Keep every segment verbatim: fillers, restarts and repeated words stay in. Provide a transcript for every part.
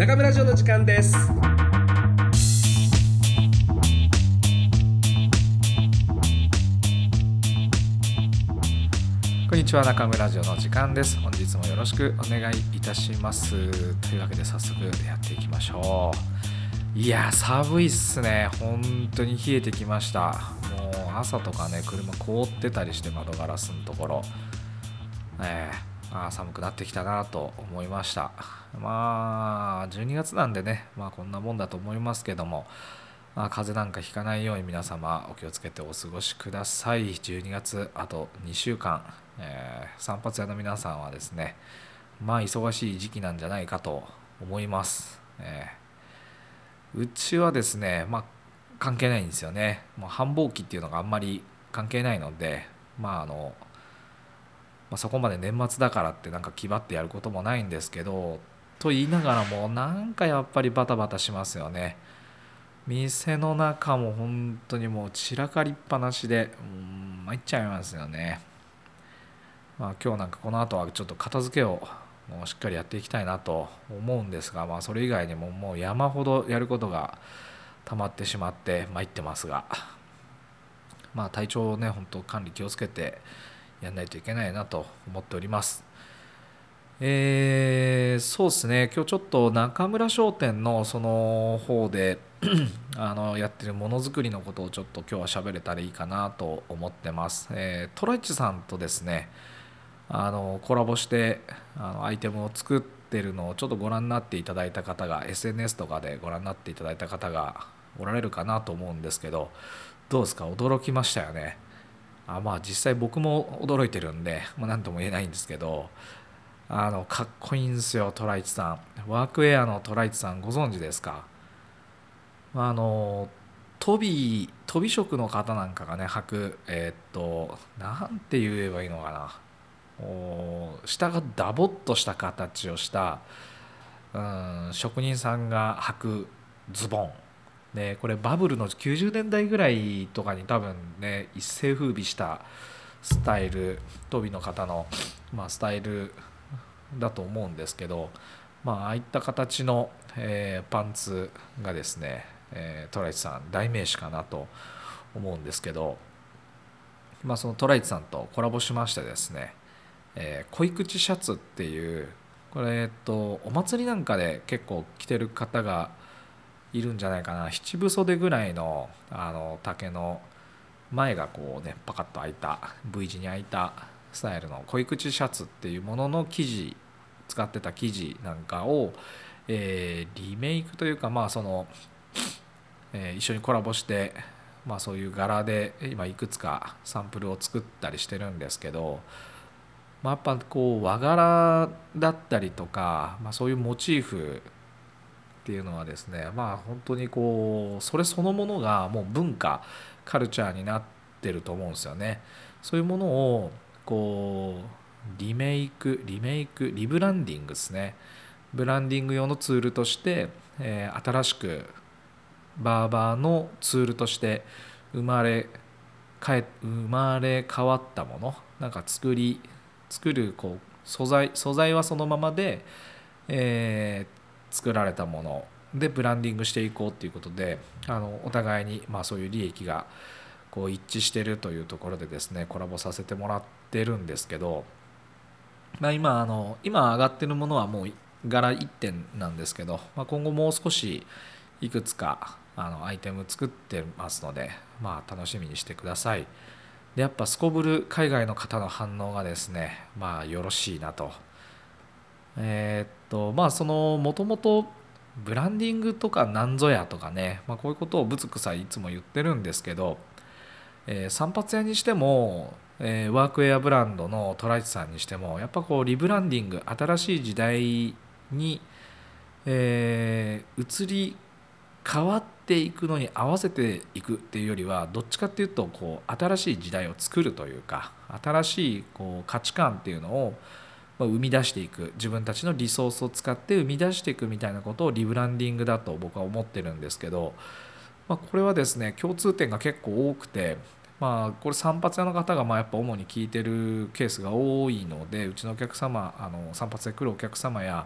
中村城の時間です。 こんにちは、中村城の時間です。本日もよろしくお願いいたします。というわけで早速やっていきましょう。いや寒いっすね。本当に冷えてきました。もう朝とかね、車凍ってたりして、窓ガラスのところ、えー、あ寒くなってきたなと思いました。まあじゅうにがつなんでね、まあこんなもんだと思いますけども、まあ、風邪なんかひかないように皆様お気をつけてお過ごしください。じゅうにがつあとにしゅうかん、えー、散髪屋の皆さんはですね、まあ忙しい時期なんじゃないかと思います。えー、うちはですね、まあ関係ないんですよね。もう繁忙期っていうのがあんまり関係ないので、まああの、まあ、そこまで年末だからってなんか気張ってやることもないんですけど、と言いながらもなんかやっぱりバタバタしますよね。店の中も本当にもう散らかりっぱなしで、うん、参っちゃいますよね。まあ、今日なんかこの後はちょっと片付けをもうしっかりやっていきたいなと思うんですが、まあ、それ以外にももう山ほどやることが溜まってしまって参ってますが、まあ、体調をね本当管理気をつけてやんないといけないなと思っております。えー、そうですね、今日ちょっと中村商店のその方であのやってるものづくりのことをちょっと今日は喋れたらいいかなと思ってます。えー、トライチさんとですね、あのコラボしてあのアイテムを作ってるのをちょっとご覧になっていただいた方が エスエヌエス とかでご覧になっていただいた方がおられるかなと思うんですけど、どうですか、驚きましたよね。あまあ実際僕も驚いてるんで、まあ、何とも言えないんですけど、あのかっこいいんですよ。トライチさん、ワークウェアのトライチさんご存知ですか？あの飛び飛び職の方なんかがね履く、えーっとなんて言えばいいのかな、お下がダボっとした形をした、うん、職人さんが履くズボンで、これバブルのきゅうじゅうねんだいぐらいとかに多分ね一世風靡したスタイル、飛びの方の、まあ、スタイルだと思うんですけど、まあああいった形の、えーパンツがですね、えートライチさん代名詞かなと思うんですけど、まあ、そのトライチさんとコラボしましてですね、えー、恋口シャツっていう、これ、えっと、お祭りなんかで結構着てる方がいるんじゃないかな。七分袖ぐらいの、あの丈の前がこうねパカッと開いた V 字に開いたスタイルの恋口シャツっていうものの生地、使ってた生地なんかを、えーリメイクというか、まあその、えー一緒にコラボして、まあ、そういう柄で今いくつかサンプルを作ったりしてるんですけど、まあ、やっぱこう和柄だったりとか、まあ、そういうモチーフっていうのはですね、まあ本当にこうそれそのものがもう文化カルチャーになってると思うんですよね。そういうものをこうリメイクリメイクリブランディングですね。ブランディング用のツールとして、えー新しくバーバーのツールとして生まれ変え生まれ変わったもの、なんか作り作るこう素材素材はそのままで、えー作られたものでブランディングしていこうっていうことで、あのお互いにまあそういう利益がこう一致しているというところでですね、コラボさせてもらってるんですけど、まあ、今あの今上がってるものはもう柄いってんなんですけど、まあ、今後もう少しいくつかあのアイテム作ってますので、まあ、楽しみにしてください。でやっぱすこぶる海外の方の反応がですね、まあよろしいなと。えーっとまあそのもともとブランディングとかなんぞやとかね、まあ、こういうことをぶつくさいつも言ってるんですけど、えー散髪屋にしても、えーワークウェアブランドのトライチさんにしても、やっぱこうリブランディング、新しい時代に、えー移り変わっていくのに合わせていくっていうよりは、どっちかっていうとこう新しい時代を作るというか、新しいこう価値観っていうのをまあ生み出していく、自分たちのリソースを使って生み出していくみたいなことをリブランディングだと僕は思ってるんですけど、まあ、これはですね共通点が結構多くて、まあ、これ散髪屋の方がまあやっぱ主に聞いてるケースが多いので、うちのお客様、あの散髪で来るお客様や、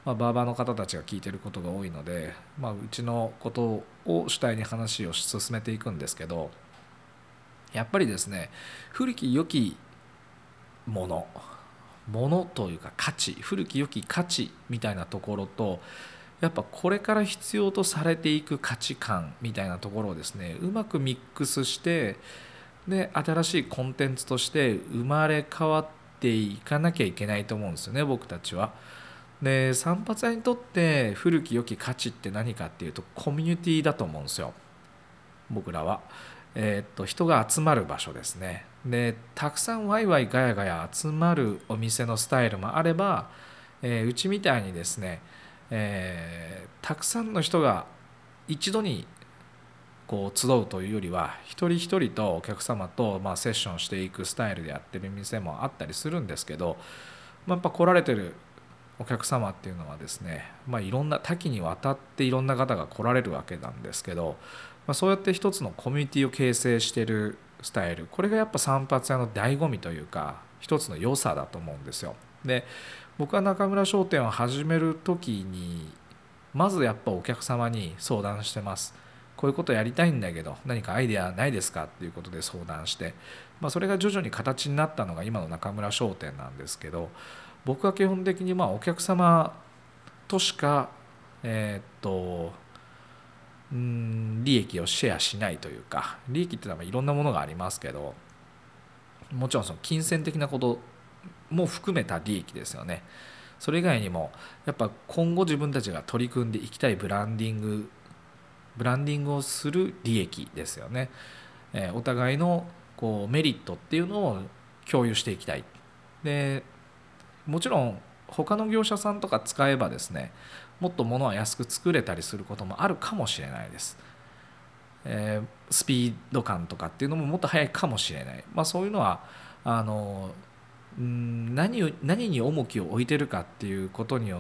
まあ、バーバーの方たちが聞いてることが多いので、まあ、うちのことを主体に話を進めていくんですけど、やっぱりですね、古き良きものものというか価値、古き良き価値みたいなところと、やっぱこれから必要とされていく価値観みたいなところをですね、うまくミックスして、で新しいコンテンツとして生まれ変わっていかなきゃいけないと思うんですよね、僕たちは。で散髪屋にとって古き良き価値って何かっていうと、コミュニティだと思うんですよ、僕らは。えーっと人が集まる場所ですね。でたくさんワイワイガヤガヤ集まるお店のスタイルもあれば、えーうちみたいにですね、えーたくさんの人が一度にこう集うというよりは、一人一人とお客様とまあセッションしていくスタイルでやってる店もあったりするんですけど、まあ、やっぱ来られてるお客様っていうのはですね、まあ、いろんな多岐にわたっていろんな方が来られるわけなんですけど、まあ、そうやって一つのコミュニティを形成しているスタイル、これがやっぱ散髪屋の醍醐味というか一つの良さだと思うんですよ。で僕は中村商店を始める時にまずやっぱお客様に相談してます。こういうことやりたいんだけど何かアイデアないですかっていうことで相談して、まあ、それが徐々に形になったのが今の中村商店なんですけど、僕は基本的にまあお客様としかえーっとうん利益をシェアしないというか、利益ってのはいろんなものがありますけど、もちろんその金銭的なことも含めた利益ですよね。それ以外にもやっぱ今後自分たちが取り組んでいきたいブランディングブランディングをする利益ですよね。えーお互いのこうメリットっていうのを共有していきたい。でもちろん他の業者さんとか使えばですね、もっと物は安く作れたりすることもあるかもしれないです。えースピード感とかっていうのももっと速いかもしれない。まあ、そういうのはあのうん何を何に重きを置いてるかっていうことによって、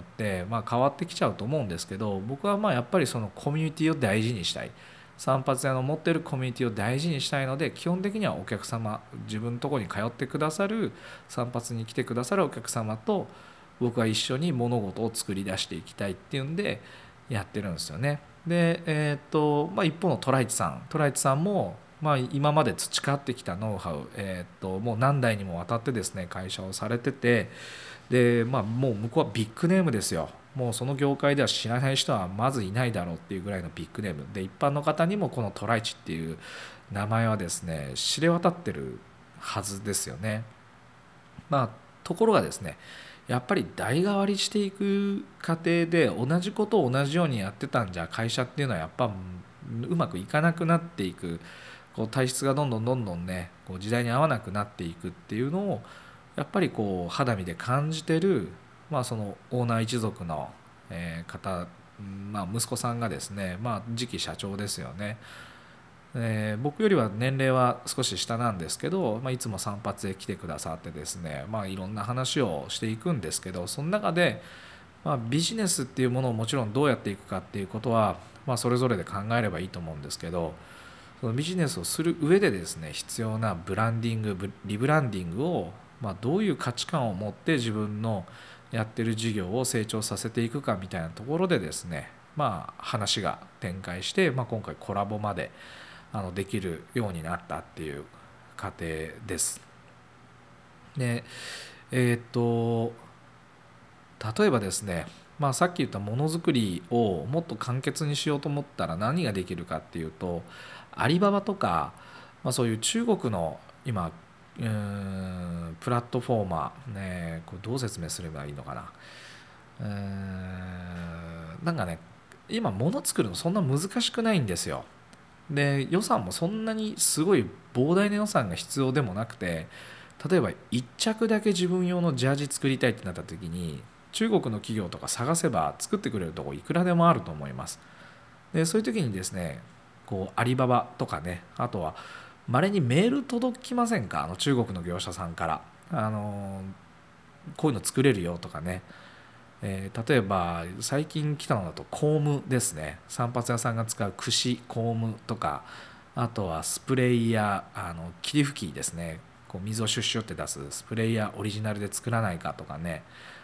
まあ、変わってきちゃうと思うんですけど、僕はまあやっぱりそのコミュニティを大事にしたい、散髪屋の持ってるコミュニティを大事にしたいので、基本的にはお客様、自分のところに通ってくださる、散髪に来てくださるお客様と僕は一緒に物事を作り出していきたいっていうんでやってるんですよね。で、えーっとまあ、一方のトライチさんトライチさんも、まあ、今まで培ってきたノウハウ、えーっともう何代にもわたってですね会社をされてて、で、まあ、もう向こうはビッグネームですよ。もうその業界では知らない人はまずいないだろうっていうぐらいのビッグネームで、一般の方にもこのトライチっていう名前はですね知れ渡ってるはずですよね。まあ、ところがですね、やっぱり代替わりしていく過程で同じことを同じようにやってたんじゃ会社っていうのはやっぱうまくいかなくなっていく、こう体質がどんどんどんどんねこう時代に合わなくなっていくっていうのをやっぱりこう肌身で感じてる、まあ、そのオーナー一族のえー方、まあ、息子さんがですね、まあ、次期社長ですよね。えー僕よりは年齢は少し下なんですけど、まあ、いつも散髪で来てくださってですね、まあ、いろんな話をしていくんですけど、その中で、まあ、ビジネスっていうものをもちろんどうやっていくかっていうことは、まあ、それぞれで考えればいいと思うんですけど、そのビジネスをする上でですね必要なブランディングブリブランディングを、まあ、どういう価値観を持って自分のやってる事業を成長させていくかみたいなところでですね、まあ、話が展開して、まあ、今回コラボまであのできるようになったっていう過程です。でえーっと例えばですね、まあ、さっき言ったものづくりをもっと簡潔にしようと思ったら何ができるかっていうと、アリババとか、まあ、そういう中国の今うーんプラットフォーマー、ね、これどう説明すればいいのかな、うーんなんかね今物作るのそんな難しくないんですよ。で予算もそんなにすごい膨大な予算が必要でもなくて、例えばいっ着だけ自分用のジャージ作りたいってなった時に中国の企業とか探せば作ってくれるとこいくらでもあると思います。でそういう時にですねこうアリババとかね、あとはまれにメール届きませんか、あの中国の業者さんからあのこういうの作れるよとかね、えー例えば最近来たのだとコームですね、散髪屋さんが使う櫛コームとか、あとはスプレーやあの霧吹きですね、こう水をシュッシュって出すスプレーやオリジナルで作らないかとかね、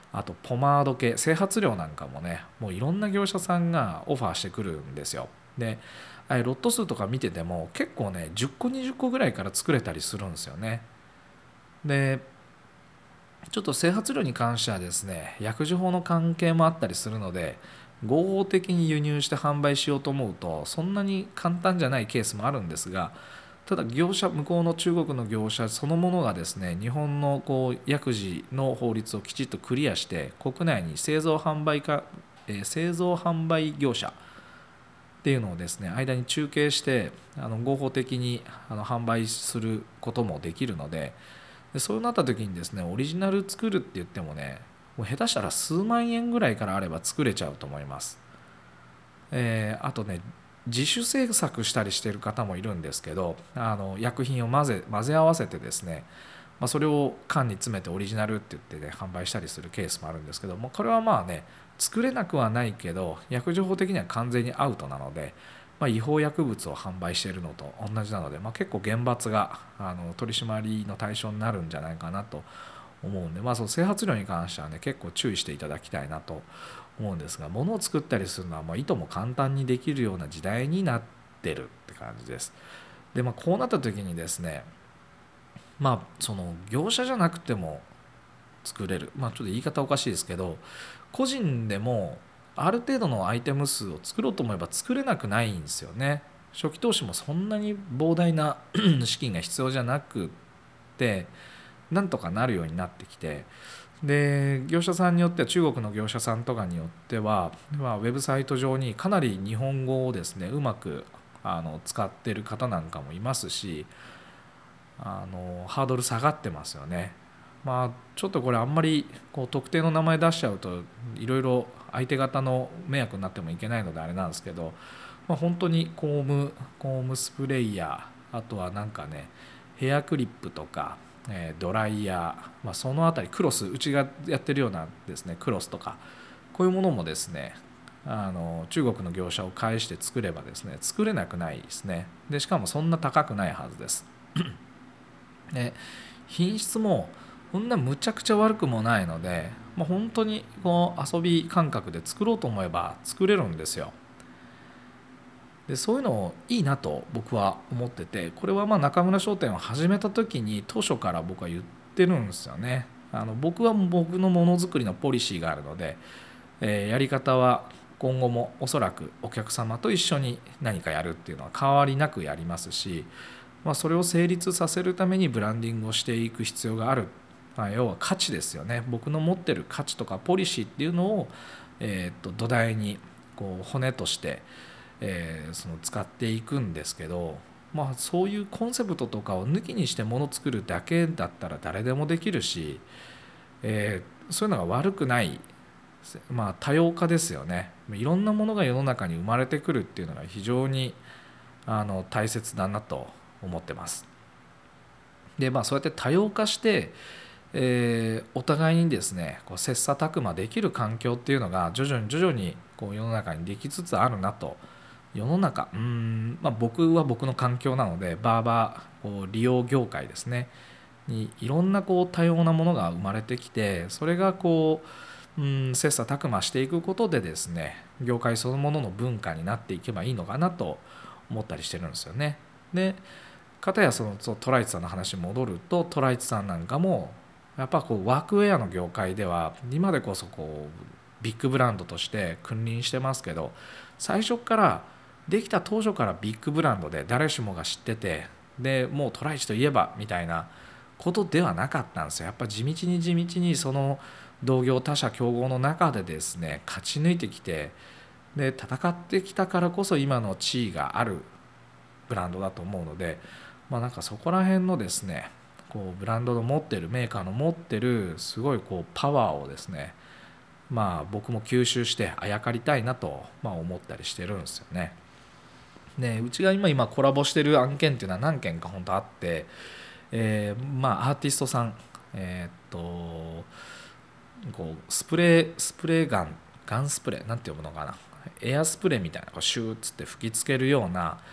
あとポマード系、整髪料なんかもね、もういろんな業者さんがオファーしてくるんですよ。であれロット数とか見てても結構ねじゅっこにじゅっこぐらいから作れたりするんですよね。でちょっと整髪料に関してはですね、薬事法の関係もあったりするので、合法的に輸入して販売しようと思うとそんなに簡単じゃないケースもあるんですが、ただ業者、向こうの中国の業者そのものがですね、日本のこう薬事の法律をきちっとクリアして国内に製造販売か、えー製造販売業者っていうのをですね間に中継して、あの合法的にあの販売することもできるので、でそうなった時にですね、オリジナル作るって言ってもね、もう下手したら数万円ぐらいからあれば作れちゃうと思います。えーあとね、自主制作したりしている方もいるんですけど、あの薬品を混ぜ混ぜ合わせてですね、まあ、それを缶に詰めてオリジナルって言ってね販売したりするケースもあるんですけども、これはまあね作れなくはないけど薬事法的には完全にアウトなので、まあ、違法薬物を販売しているのと同じなので、まあ、結構厳罰があの取り締まりの対象になるんじゃないかなと思うんで、まあ、その整髪料に関してはね結構注意していただきたいなと思うんですが、物を作ったりするのはもういとも簡単にできるような時代になってるって感じです。で、まあ、こうなった時にですね、まあその業者じゃなくても作れる、まあちょっと言い方おかしいですけど、個人でもある程度のアイテム数を作ろうと思えば作れなくないんですよね。初期投資もそんなに膨大な資金が必要じゃなくて、なんとかなるようになってきて、で業者さんによっては中国の業者さんとかによっては、まあ、ウェブサイト上にかなり日本語をですねうまくあの使ってる方なんかもいますし、あのハードル下がってますよね。まあちょっとこれあんまりこう特定の名前出しちゃうといろいろ相手方の迷惑になってもいけないのであれなんですけど、まあ、本当にコームコームスプレーヤー、あとはなんかねヘアクリップとか、えードライヤー、まあ、そのあたりクロス、うちがやってるようなですねクロスとかこういうものもですね、あの中国の業者を介して作ればですね作れなくないですね。でしかもそんな高くないはずです。で品質もそんなむちゃくちゃ悪くもないので、まあ、本当にこう遊び感覚で作ろうと思えば作れるんですよ。でそういうのいいなと僕は思ってて、これはまあ中村商店を始めた時に当初から僕は言ってるんですよね。あの僕は僕のものづくりのポリシーがあるので、えーやり方は今後もおそらくお客様と一緒に何かやるっていうのは変わりなくやりますし、まあ、それを成立させるためにブランディングをしていく必要がある、まあ、要は価値ですよね。僕の持ってる価値とかポリシーっていうのを、えー、と土台にこう骨として、えーその使っていくんですけど、まあ、そういうコンセプトとかを抜きにしてものを作るだけだったら誰でもできるし、えーそういうのが悪くない、まあ、多様化ですよね。いろんなものが世の中に生まれてくるっていうのが非常にあの大切だなと思ってます。でまあそうやって多様化して、えーお互いにですねこう切磋琢磨できる環境っていうのが徐々に徐々にこう世の中にできつつあるなと。世の中うーん、まあ、僕は僕の環境なのでバーバーこう利用業界ですねにいろんなこう多様なものが生まれてきて、それがこう、うん、切磋琢磨していくことでですね業界そのものの文化になっていけばいいのかなと思ったりしてるんですよね。で片やそのそうトライチさんの話に戻ると、トライチさんなんかもやっぱこうワークウェアの業界では今でこそこうビッグブランドとして君臨してますけど、最初からできた当初からビッグブランドで誰しもが知ってて、でもうトライチといえばみたいなことではなかったんですよ。やっぱ地道に地道にその同業他社競合の中でですね勝ち抜いてきて、で戦ってきたからこそ今の地位があるブランドだと思うので、まあなんかそこら辺のですねこうブランドの持ってるメーカーの持ってるすごいこうパワーをですね、まあ僕も吸収してあやかりたいなと、まあ、思ったりしてるんですよね。でうちが今今コラボしてる案件っていうのは何件か本当あって、えーまあアーティストさん、えーっとこうスプレースプレーガンガンスプレーなんていうものかな、エアスプレーみたいなこうシューッつって吹きつけるような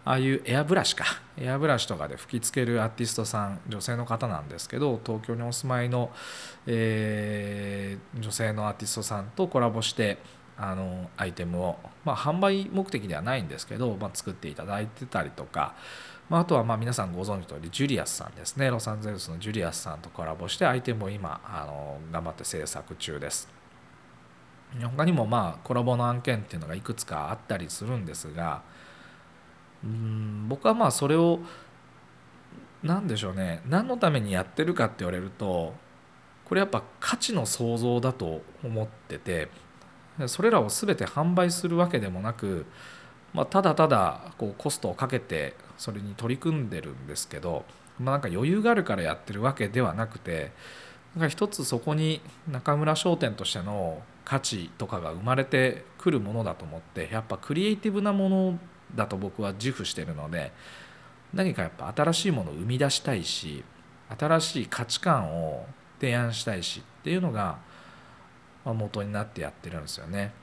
ああいうエアブラシかエアブラシとかで吹きつけるアーティストさん、女性の方なんですけど、東京にお住まいの、えー女性のアーティストさんとコラボしてあのアイテムを、まあ、販売目的ではないんですけど、まあ、作っていただいてたりとか、まあ、あとはまあ皆さんご存知の通りジュリアスさんですね、ロサンゼルスのジュリアスさんとコラボしてアイテムを今あの頑張って制作中です。他にもまあコラボの案件っていうのがいくつかあったりするんですが、うーん僕はまあそれを何でしょうね、何のためにやってるかって言われると、これやっぱ価値の創造だと思ってて、それらを全て販売するわけでもなく、まあ、ただただこうコストをかけてそれに取り組んでるんですけど、まあ、なんか余裕があるからやってるわけではなくて、なんか一つそこに中村商店としての価値とかが生まれてくるものだと思って、やっぱクリエイティブなものだと僕は自負してるので、何かやっぱ新しいものを生み出したいし、新しい価値観を提案したいしっていうのが元になってやってるんですよね。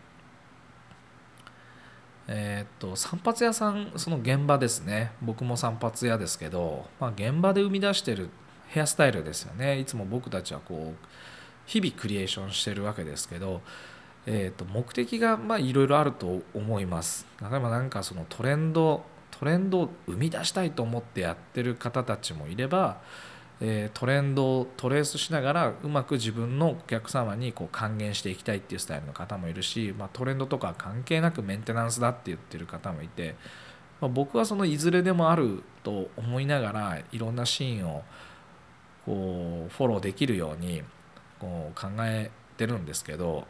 えーっと散髪屋さん、その現場ですね、僕も散髪屋ですけど、まあ、現場で生み出してるヘアスタイルですよね。いつも僕たちはこう日々クリエーションしてるわけですけど、えーっと目的がまあいろいろあると思います。例えばなんかそのトレンドトレンドを生み出したいと思ってやってる方たちもいれば、えートレンドをトレースしながらうまく自分のお客様にこう還元していきたいっていうスタイルの方もいるし、まあ、トレンドとか関係なくメンテナンスだって言ってる方もいて、まあ、僕はそのいずれでもあると思いながらいろんなシーンをこうフォローできるようにこう考えてるんですけど、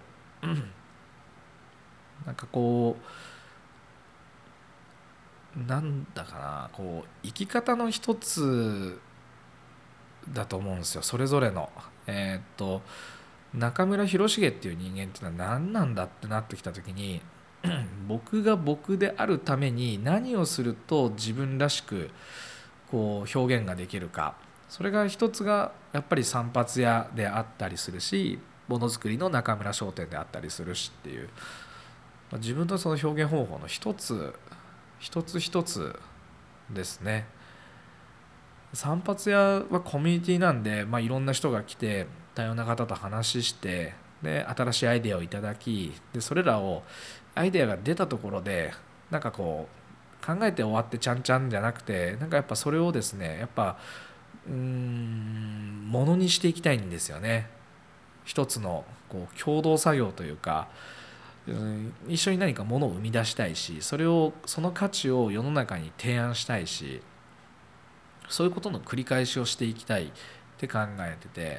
なんかこうなんだかな、こう生き方の一つだと思うんですよ、それぞれの。えーっと中村広重っていう人間っていうのは何なんだってなってきた時に、僕が僕であるために何をすると自分らしくこう表現ができるか、それが一つがやっぱり散髪屋であったりするし、ものづくりの中村商店であったりするしっていう、自分のその表現方法の一つ一つ一つですね。散髪屋はコミュニティなんで、まあ、いろんな人が来て多様な方と話して、で新しいアイデアをいただき、でそれらをアイデアが出たところでなんかこう考えて終わってちゃんちゃんじゃなくて、なんかやっぱそれをですね、やっぱうーんものにしていきたいんですよね。一つのこう共同作業というか、うん一緒に何かものを生み出したいし、それをその価値を世の中に提案したいし、そういうことの繰り返しをしていきたいって考えてて、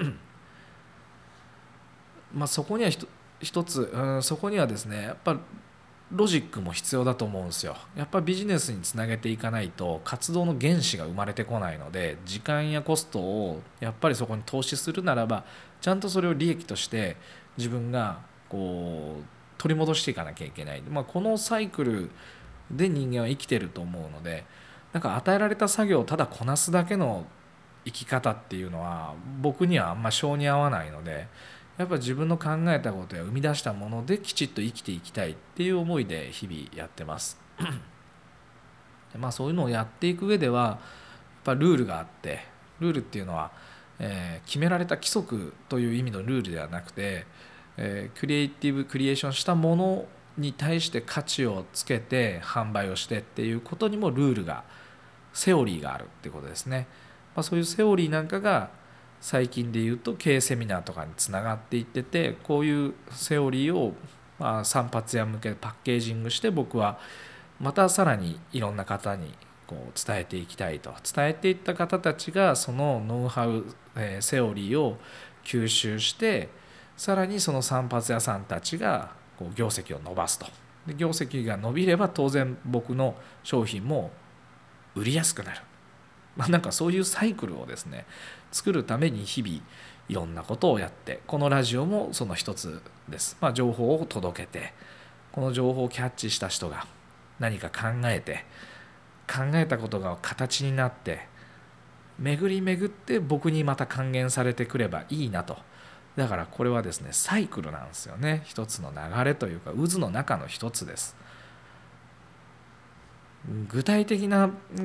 まあそこには一つ、うん、そこにはですね、やっぱロジックも必要だと思うんですよ。やっぱビジネスにつなげていかないと活動の原資が生まれてこないので、時間やコストをやっぱりそこに投資するならば、ちゃんとそれを利益として自分がこう取り戻していかなきゃいけない、まあ、このサイクルで人間は生きてると思うので、なんか与えられた作業をただこなすだけの生き方っていうのは僕にはあんま性に合わないので、やっぱ自分の考えたことや生み出したものできちっと生きていきたいっていう思いで日々やってます。でまあそういうのをやっていく上ではやっぱルールがあって、ルールっていうのは、えー決められた規則という意味のルールではなくて、えークリエイティブクリエーションしたものに対して価値をつけて販売をしてっていうことにもルールが、セオリーがあるっていうことですね。まあ、そういうセオリーなんかが最近で言うと経営セミナーとかにつながっていってて、こういうセオリーをまあ散髪屋向けパッケージングして僕はまたさらにいろんな方にこう伝えていきたいと。伝えていった方たちがそのノウハウ、えーセオリーを吸収して、さらにその散髪屋さんたちがこう業績を伸ばすと。で業績が伸びれば当然僕の商品も売りやすくなる、まあ、なんかそういうサイクルをですね作るために日々いろんなことをやって、このラジオもその一つです。まあ、情報を届けて、この情報をキャッチした人が何か考えて、考えたことが形になって巡り巡って僕にまた還元されてくればいいなと。だからこれはですねサイクルなんですよね。一つの流れというか渦の中の一つです。 具体的な、うん、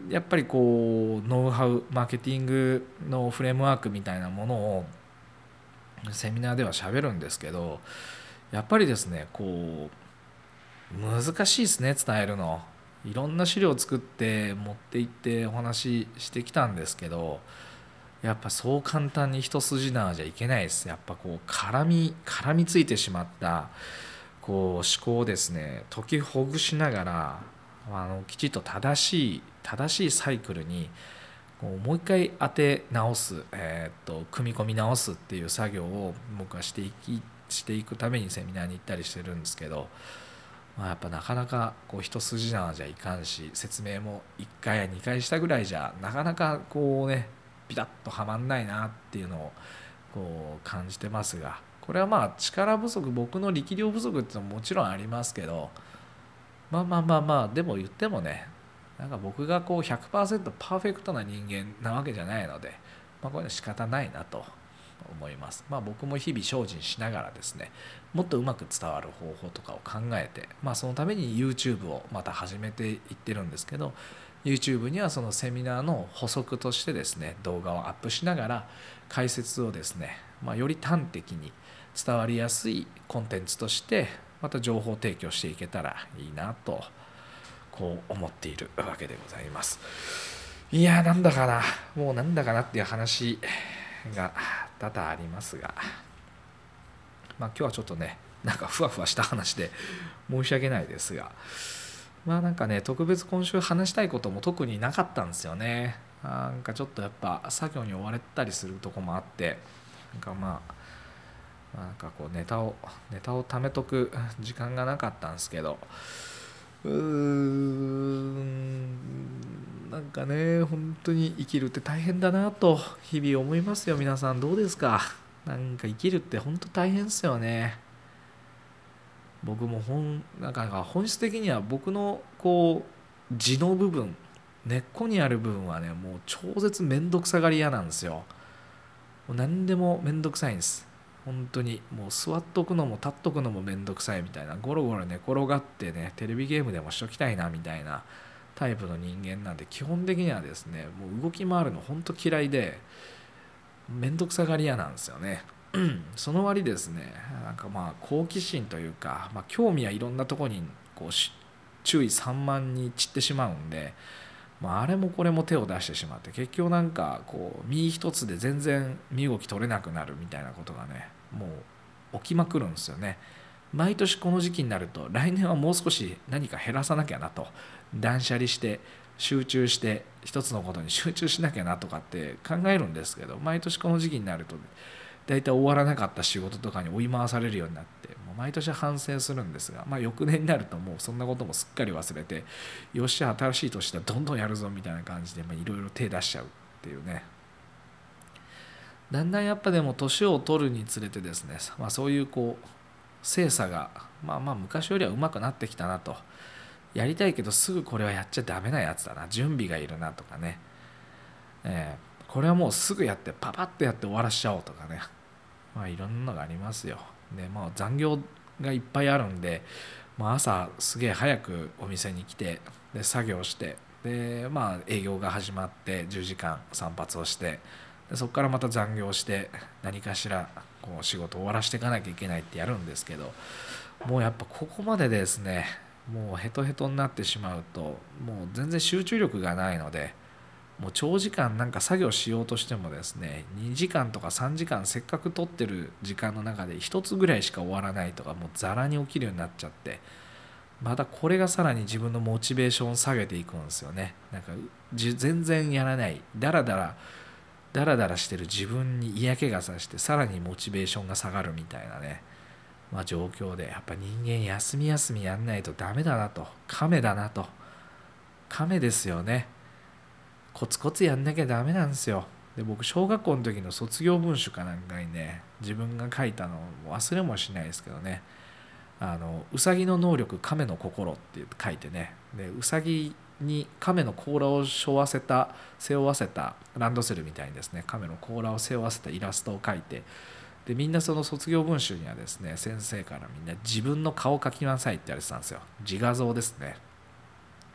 やっぱりこうノウハウマーケティングのフレームワークみたいなものをセミナーでは喋るんですけど、やっぱりですねこう難しいですね、伝えるの。いろんな資料を作って持って行ってお話ししてきたんですけど、やっぱそう簡単に一筋縄じゃいけないです。やっぱこう絡み絡みついてしまったこう思考をですね解きほぐしながら、あのきちっと正しい正しいサイクルにこうもう一回当て直す、えー、っと組み込み直すっていう作業を僕はしていきしていくためにセミナーに行ったりしてるんですけど、まあ、やっぱなかなかこう一筋縄じゃいかんし、説明もいっかいやにかいしたぐらいじゃなかなかこうねピタッとはまんないなっていうのをこう感じてますが、これはまあ力不足、僕の力量不足っていうのももちろんありますけど、まあまあまあまあでも言ってもね、なんか僕がこうひゃくパーセントパーフェクトな人間なわけじゃないので、まあ、これは仕方ないなと思います。まあ僕も日々精進しながらですね、もっとうまく伝わる方法とかを考えて、まあそのために YouTube をまた始めていってるんですけど、YouTube にはそのセミナーの補足としてですね動画をアップしながら解説をですね、まあ、より端的に伝わりやすいコンテンツとしてまた情報提供していけたらいいなとこう思っているわけでございます。いやーなんだかなもうなんだかなっていう話が多々ありますが、まあ今日はちょっとねなんかふわふわした話で申し訳ないですが、まあなんかね特別今週話したいことも特になかったんですよね。なんかちょっとやっぱ作業に追われたりするとこもあって、なんかまあなんかこうネタをネタを貯めとく時間がなかったんですけど、うーんなんかね本当に生きるって大変だなと日々思いますよ。皆さんどうですか？なんか生きるって本当大変ですよね。僕も本なんか本質的には僕のこう地の部分、根っこにある部分はねもう超絶面倒くさがり屋なんですよ。もう何でも面倒くさいんです。本当にもう座っとくのも立っとくのも面倒くさいみたいな、ゴロゴロ寝転がってねテレビゲームでもしときたいなみたいなタイプの人間なんで、基本的にはですねもう動き回るの本当嫌いで面倒くさがり屋なんですよね。その割ですねなんかまあ好奇心というか、まあ、興味はいろんなところにこう注意散漫に散ってしまうんで、まあ、あれもこれも手を出してしまって結局なんかこう身一つで全然身動き取れなくなるみたいなことがねもう起きまくるんですよね。毎年この時期になると来年はもう少し何か減らさなきゃなと、断捨離して集中して一つのことに集中しなきゃなとかって考えるんですけど、毎年この時期になると大体終わらなかった仕事とかに追い回されるようになって、もう毎年反省するんですが、まあ、翌年になるともうそんなこともすっかり忘れて、よっしゃ新しい年だどんどんやるぞみたいな感じでいろいろ手出しちゃうっていうね。だんだんやっぱでも年を取るにつれてですね、まあ、そういうこう精査がまあまあ昔よりは上手くなってきたなと、やりたいけどすぐこれはやっちゃダメなやつだな、準備がいるなとかね、えー、これはもうすぐやってパパッとやって終わらしちゃおうとかね、まあいろんなのがありますよ。でまあ残業がいっぱいあるんで、まあ、朝すげえ早くお店に来てで作業してでまあ営業が始まってじゅうじかん散髪をしてでそこからまた残業して何かしらこう仕事を終わらしていかなきゃいけないってやるんですけど、もうやっぱここまでですねもうヘトヘトになってしまうともう全然集中力がないので、もう長時間なんか作業しようとしてもですねにじかんとかさんじかんせっかく取ってる時間の中でひとつぐらいしか終わらないとかもうザラに起きるようになっちゃって、またこれがさらに自分のモチベーションを下げていくんですよね。なんか全然やらないダラダラダラダラしてる自分に嫌気がさしてさらにモチベーションが下がるみたいなね、まあ、状況でやっぱ人間休み休みやんないとダメだなと、亀だなと、亀ですよね。コツコツやんなきゃダメなんですよ。で僕小学校の時の卒業文集かなんかにね自分が書いたのを忘れもしないですけどね、あのうさぎの能力亀の心って書いてね、でうさぎに亀の甲羅を背負わせた背負わせたランドセルみたいにですね亀の甲羅を背負わせたイラストを描いて、でみんなその卒業文集にはですね先生からみんな自分の顔描きなさいって言われてたんですよ。自画像ですね。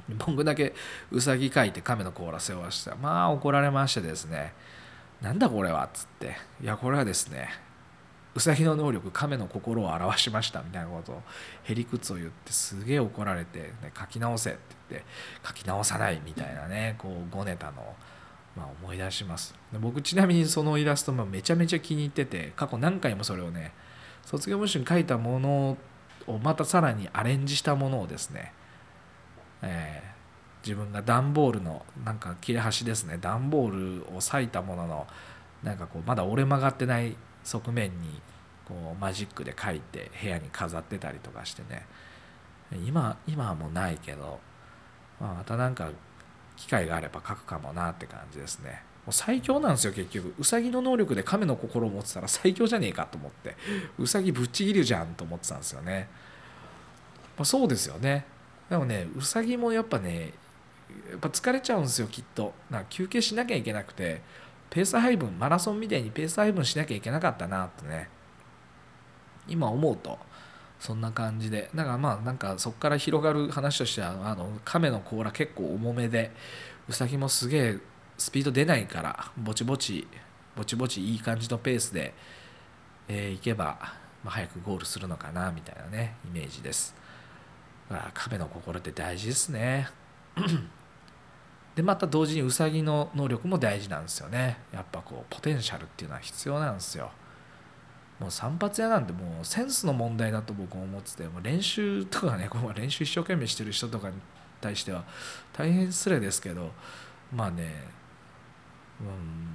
僕だけウサギ描いて亀の甲羅背負わしてまあ怒られましてですね、なんだこれはっつって、いやこれはですねウサギの能力亀の心を表しましたみたいなことをへりくつを言ってすげえ怒られて、ね、書き直せって言って書き直さないみたいなねこうごネタの、まあ、思い出します。で僕ちなみにそのイラストもめちゃめちゃ気に入ってて、過去何回もそれをね卒業文集に書いたものをまたさらにアレンジしたものをですね、えー自分が段ボールのなんか切れ端ですね、段ボールを裂いたもののなんかこうまだ折れ曲がってない側面にこうマジックで描いて部屋に飾ってたりとかしてね、今今はもうないけど、まあ、またなんか機会があれば描くかもなって感じですね。もう最強なんですよ結局。ウサギの能力で亀の心を持ってたら最強じゃねえかと思って、ウサギぶっちぎるじゃんと思ってたんですよね。まあ、そうですよね。でもねウサギもやっぱねやっぱ疲れちゃうんですよきっと。なんか休憩しなきゃいけなくて、ペース配分マラソンみたいにペース配分しなきゃいけなかったなってね今思うとそんな感じで、だからまあなんかそこから広がる話としてはあの亀の甲羅結構重めでウサギもすげえスピード出ないからぼちぼちぼちぼちいい感じのペースで、えー、いけば、まあ、早くゴールするのかなみたいなねイメージです。だから亀の心って大事ですね。でまた同時にウサギの能力も大事なんですよね。やっぱこうポテンシャルっていうのは必要なんですよ。もう散髪屋なんてもうセンスの問題だと僕は思ってて、もう練習とかねこう練習一生懸命してる人とかに対しては大変失礼ですけど、まあね、うん、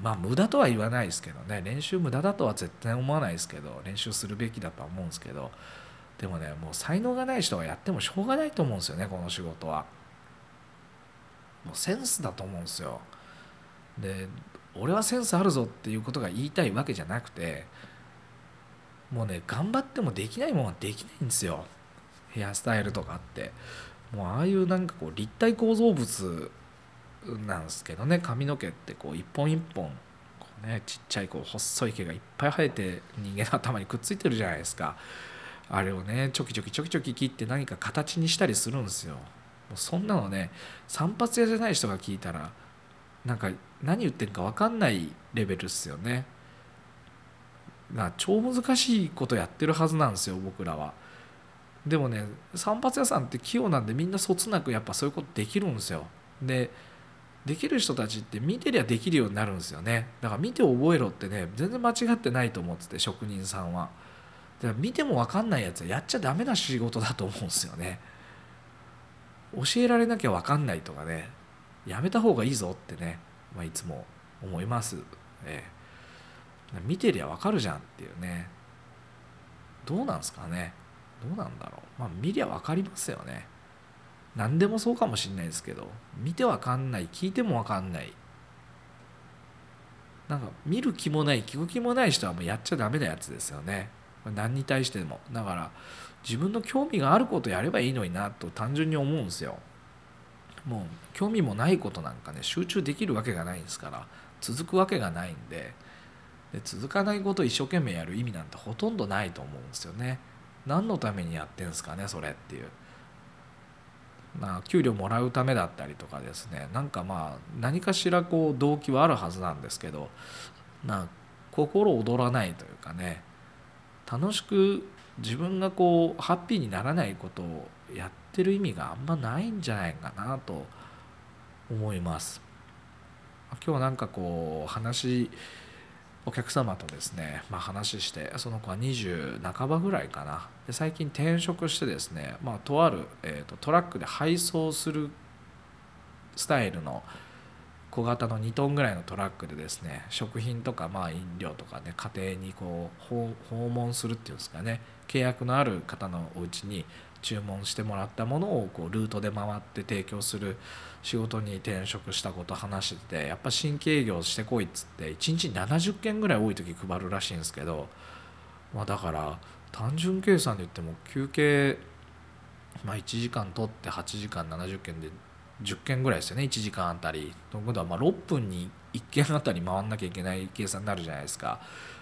まあ無駄とは言わないですけどね、練習無駄だとは絶対思わないですけど、練習するべきだとは思うんですけど、でもねもう才能がない人がやってもしょうがないと思うんですよねこの仕事は。もうセンスだと思うんですよ。で俺はセンスあるぞっていうことが言いたいわけじゃなくて、もうね頑張ってもできないものはできないんですよ。ヘアスタイルとかあってもうああいうなんかこう立体構造物なんですけどね、髪の毛ってこう一本一本こう、ね、ちっちゃいこう細い毛がいっぱい生えて人間の頭にくっついてるじゃないですか。あれをねちょきちょきちょきちょき切って何か形にしたりするんですよ。もうそんなのね散髪屋じゃない人が聞いたらなんか何言ってるか分かんないレベルですよね。な超難しいことやってるはずなんですよ僕らは。でもね散髪屋さんって器用なんでみんなそつなくやっぱそういうことできるんですよ。でできる人たちって見てりゃできるようになるんですよね。だから見て覚えろってね全然間違ってないと思ってて、職人さんは。だから見ても分かんないやつはやっちゃダメな仕事だと思うんですよね。教えられなきゃ分かんないとかねやめた方がいいぞってね、まあ、いつも思います、ええ、見てりゃ分かるじゃんっていうね。どうなんですかね、どうなんだろう。まあ見りゃ分かりますよね。何でもそうかもしれないですけど、見て分かんない聞いても分かんない、なんか見る気もない聞く気もない人はもうやっちゃダメなやつですよね。何に対しても。だから自分の興味があることやればいいのになと単純に思うんですよ。もう興味もないことなんかね集中できるわけがないんですから、続くわけがないんで、で続かないことを一生懸命やる意味なんてほとんどないと思うんですよね。何のためにやってんですかねそれっていう。まあ給料もらうためだったりとかですね、なんかまあ何かしらこう動機はあるはずなんですけど、な心躍らないというかね、楽しく自分がこうハッピーにならないことをやってる意味があんまないんじゃないかなと思います。今日はなんかこう話お客様とですね、まあ、話して、その子はにじゅう半ばぐらいかな。で最近転職してですね、まあ、とある、えーと、トラックで配送するスタイルの小型のにトンぐらいのトラックでですね、食品とかまあ飲料とかね家庭にこう訪問するっていうんですかね、契約のある方のお家に注文してもらったものをこうルートで回って提供する仕事に転職したことを話してて、やっぱ新規営業してこいっつっていちにちにななじゅっけんぐらい多い時配るらしいんですけど、まあだから単純計算で言っても休憩まあいちじかん取ってはちじかんななじゅっけんでじゅっけんぐらいですよねいちじかんあたり。ということはまあろっぷんにいっけんあたり回んなきゃいけない計算になるじゃないですか。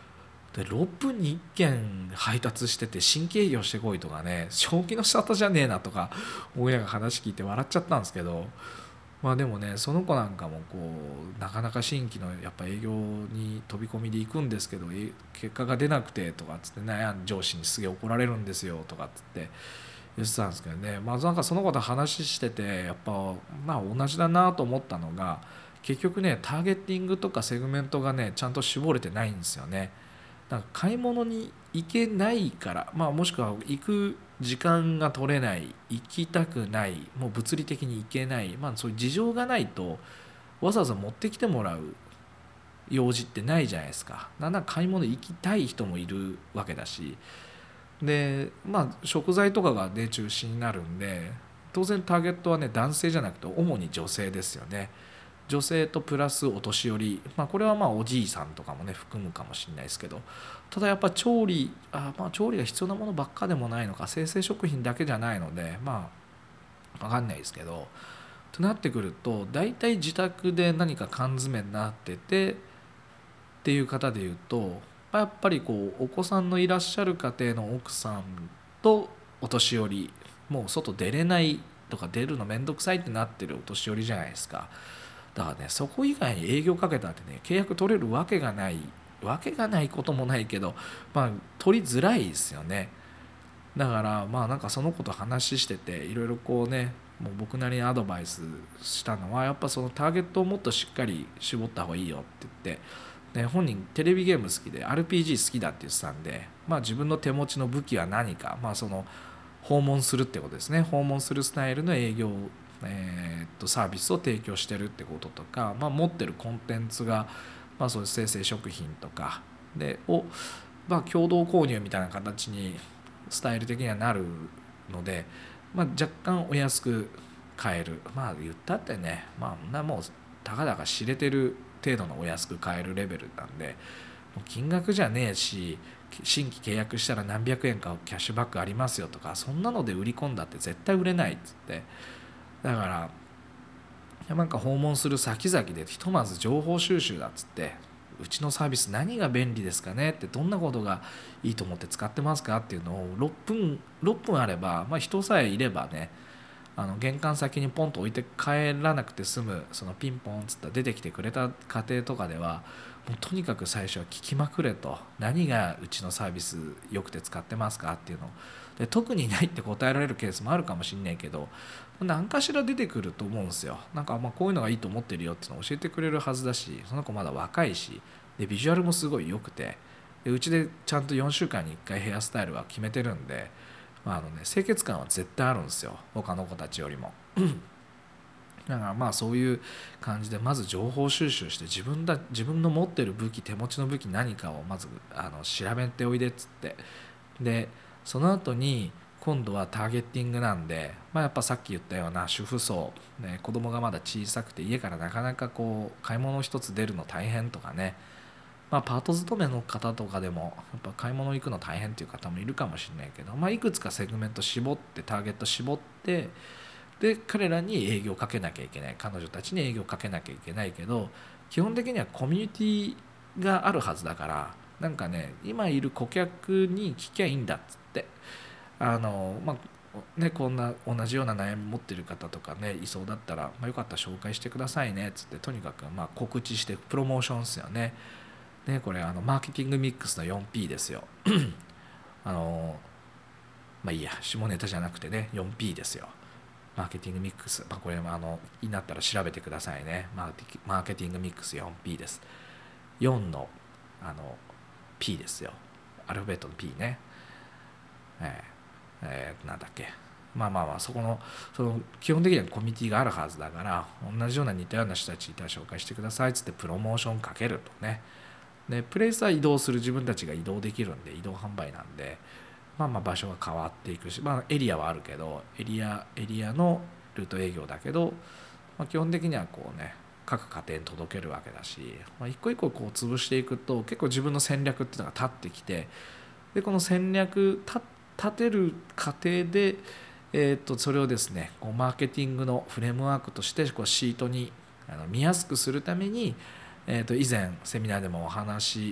でろっぷんにいっけん配達してて新規営業してこいとかね、正気の沙汰じゃねえなとか親が話聞いて笑っちゃったんですけど、まあでもね、その子なんかもこうなかなか新規のやっぱ営業に飛び込みで行くんですけど、え結果が出なくてとかっつって悩ん上司にすげえ怒られるんですよとかっつって言ってたんですけどね、まあなんかその子と話しててやっぱまあ同じだなと思ったのが、結局ねターゲッティングとかセグメントがねちゃんと絞れてないんですよね。なんか買い物に行けないから、まあ、もしくは行く時間が取れない、行きたくない、もう物理的に行けない、まあ、そういう事情がないとわざわざ持ってきてもらう用事ってないじゃないですか。なんなら買い物行きたい人もいるわけだし、でまあ食材とかがね中心になるんで、当然ターゲットはね男性じゃなくて主に女性ですよね。女性とプラスお年寄り、まあ、これはまあおじいさんとかもね含むかもしれないですけど、ただやっぱ調理あ、まあ、調理が必要なものばっかでもないのか、生鮮食品だけじゃないのでまあ分かんないですけど、となってくると大体自宅で何か缶詰になっててっていう方でいうと、やっぱりこうお子さんのいらっしゃる家庭の奥さんとお年寄り、もう外出れないとか出るの面倒くさいってなってるお年寄りじゃないですか。だからね、そこ以外に営業かけたってね契約取れるわけがないわけがないこともないけど、まあ取りづらいですよね。だからまあなんかその子と話してていろいろこうね、もう僕なりにアドバイスしたのは、やっぱそのターゲットをもっとしっかり絞った方がいいよって言って、で本人テレビゲーム好きで アールピージー 好きだって言ってたんで、まあ自分の手持ちの武器は何か、まあその訪問するってことですね。訪問するスタイルの営業、えー、っとサービスを提供してるってこととか、まあ、持ってるコンテンツが、まあ、そういう生鮮食品とかでを、まあ、共同購入みたいな形にスタイル的にはなるので、まあ、若干お安く買える、まあ言ったってね、まあもうたかだか知れてる程度のお安く買えるレベルなんで、金額じゃねえし、新規契約したら何百円かキャッシュバックありますよとか、そんなので売り込んだって絶対売れないっつって、だからなんか訪問する先々でひとまず情報収集だっつって、うちのサービス何が便利ですかねって、どんなことがいいと思って使ってますかっていうのをろっぷんろっぷんあれば、まあ、人さえいればね、あの玄関先にポンと置いて帰らなくて済む、そのピンポンっつったら出てきてくれた家庭とかでは、もうとにかく最初は聞きまくれと、何がうちのサービスよくて使ってますかっていうので、特にないって答えられるケースもあるかもしれないけど、何かしら出てくると思うんですよ。なんかまあこういうのがいいと思ってるよっていうのを教えてくれるはずだし、その子まだ若いし、でビジュアルもすごい良くて、でうちでちゃんとよんしゅうかんにいっかいヘアスタイルは決めてるんで、まああのね、清潔感は絶対あるんですよ、他の子たちよりも。だからまあそういう感じでまず情報収集して、自分だ自分の持ってる武器、手持ちの武器何かをまずあの調べておいでっつって、でその後に今度はターゲッティングなんで、まあ、やっぱさっき言ったような主婦層、ね、子供がまだ小さくて家からなかなかこう買い物一つ出るの大変とかね、まあ、パート勤めの方とかでもやっぱ買い物行くの大変っていう方もいるかもしれないけど、まあ、いくつかセグメント絞ってターゲット絞って、で彼らに営業かけなきゃいけない、彼女たちに営業かけなきゃいけないけど、基本的にはコミュニティがあるはずだから、なんかね今いる顧客に聞きゃいいんだっつって、あのまあね、こんな同じような悩み持ってる方とかねいそうだったら、まあ、よかったら紹介してくださいねっつって、とにかくまあ告知してプロモーションですよね。ね、これあのマーケティングミックスの よんピー ですよ。あのまあいいや、下ネタじゃなくてね よんピー ですよ。マーケティングミックス、まあ、これもあの気になったら調べてくださいね。マーティマーケティングミックス よんピー です。よんのあの P ですよ。アルファベットの P ね。えー、えー、なんだっけ。まあまあまあそこのその基本的にはコミュニティがあるはずだから、同じような似たような人たちいたら紹介してくださいっつってプロモーションかけるとね。でプレイスは移動する、自分たちが移動できるんで移動販売なんで、まあまあ場所が変わっていくし、まあエリアはあるけどエリアエリアのルート営業だけど、まあ、基本的にはこうね各家庭に届けるわけだし、まあ、一個一個こう潰していくと結構自分の戦略っていうのが立ってきて、でこの戦略立立てる過程で、えー、とそれをですねこうマーケティングのフレームワークとしてこうシートにあの見やすくするために、えー、と以前セミナーでもお話し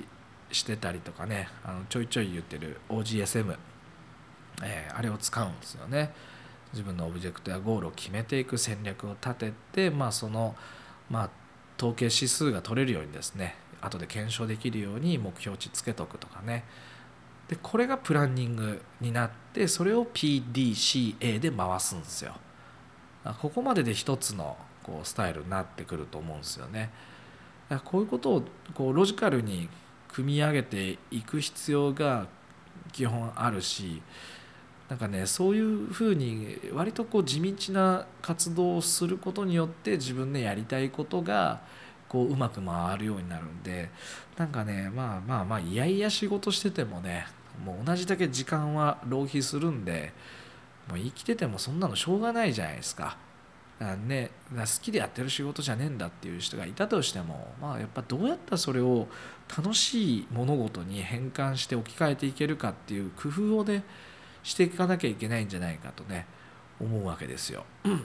してたりとかね、あのちょいちょい言ってる オージーエスエム、えー、あれを使うんですよね。自分のオブジェクトやゴールを決めていく戦略を立てて、まあ、その、まあ、統計指数が取れるようにですね、後で検証できるように目標値つけとくとかね。でこれがプランニングになって、それを ピーディーシーエー で回すんですよ。ここまでで一つのこうスタイルになってくると思うんですよね。だからこういうことをこうロジカルに組み上げていく必要が基本あるし、なんかね、そういうふうに割とこう地道な活動をすることによって自分でやりたいことがこううまく回るようになるんで、なんかね、まあまあまあいやいや仕事しててもね、もう同じだけ時間は浪費するんで、もう生きててもそんなのしょうがないじゃないですか。だからね、好きでやってる仕事じゃねえんだっていう人がいたとしても、まあやっぱどうやったらそれを楽しい物事に変換して置き換えていけるかっていう工夫をねしていかなきゃいけないんじゃないかとね思うわけですよ。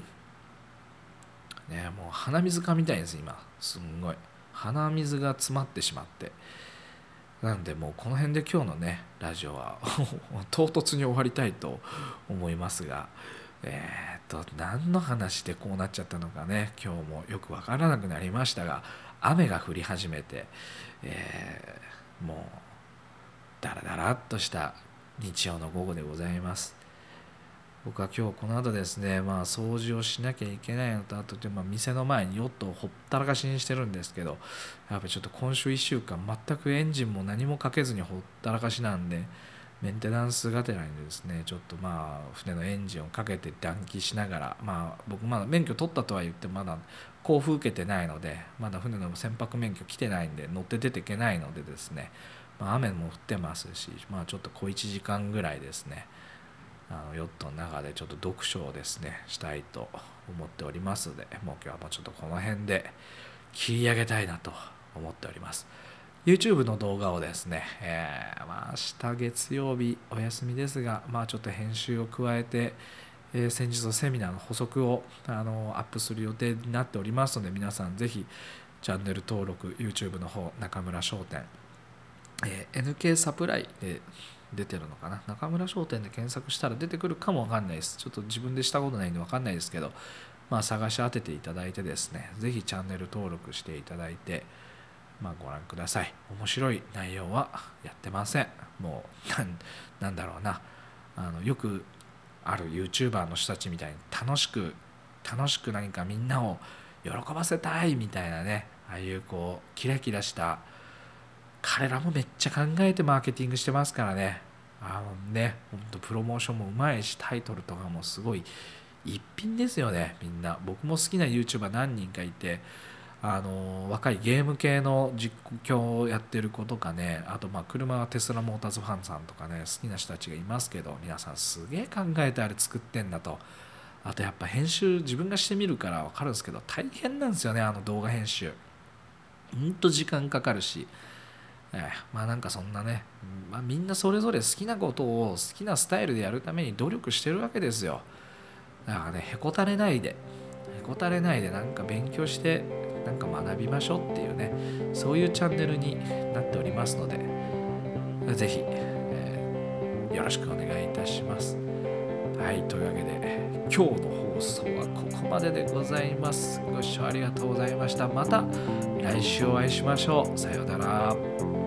ね、もう鼻水かみたいです今。すんごい鼻水が詰まってしまって、なんでもうこの辺で今日のねラジオは唐突に終わりたいと思いますが、えー、っと何の話でこうなっちゃったのかね、今日もよく分からなくなりましたが、雨が降り始めて、えー、もうダラダラっとした日曜の午後でございます。僕は今日この後ですね、まあ、掃除をしなきゃいけないのと、あとで、まあ、店の前にヨットをほったらかしにしてるんですけど、やっぱりちょっと今週いっしゅうかん全くエンジンも何もかけずにほったらかしなんで、メンテナンスがてらにですね、ちょっとまあ船のエンジンをかけて暖気しながら、まあ僕まだ免許取ったとは言ってもまだ交付受けてないので、まだ船の船舶免許来てないんで乗って出ていけないのでですね、まあ、雨も降ってますし、まあ、ちょっと小いちじかんぐらいですね、あのヨットの中でちょっと読書をですねしたいと思っておりますので、もう今日はもうちょっとこの辺で切り上げたいなと思っております。 YouTube の動画をですね、えー、まあ明日月曜日お休みですが、まあちょっと編集を加えて、えー、先日のセミナーの補足をあのアップする予定になっておりますので、皆さんぜひチャンネル登録、 YouTube の方中村商店、えー、エヌケー サプライで出てるのかな、中村商店で検索したら出てくるかもわかんないです。ちょっと自分でしたことないんでわかんないですけど、まあ探し当てていただいてですね、ぜひチャンネル登録していただいて、まあ、ご覧ください。面白い内容はやってません。もう な, なんだろうな、あのよくある YouTuber の人たちみたいに楽しく楽しく何かみんなを喜ばせたいみたいなね、ああいうこうキラキラした、彼らもめっちゃ考えてマーケティングしてますからね。あのね、ほんとプロモーションもうまいし、タイトルとかもすごい一品ですよね。みんな僕も好きな YouTuber 何人かいて、あの若いゲーム系の実況をやってる子とかね、あとまあ車はテスラモーターズファンさんとかね、好きな人たちがいますけど、皆さんすげえ考えてあれ作ってんだと。あとやっぱ編集自分がしてみるから分かるんですけど、大変なんですよね、あの動画編集。ほんと時間かかるし、えー、まあなんかそんなね、まあ、みんなそれぞれ好きなことを好きなスタイルでやるために努力してるわけですよ。だからね、へこたれないでへこたれないでなんか勉強してなんか学びましょうっていうね、そういうチャンネルになっておりますので、ぜひ、えー、よろしくお願いいたします。はい、というわけで今日の放送はここまででございます。ご視聴ありがとうございました。また来週お会いしましょう。さようなら。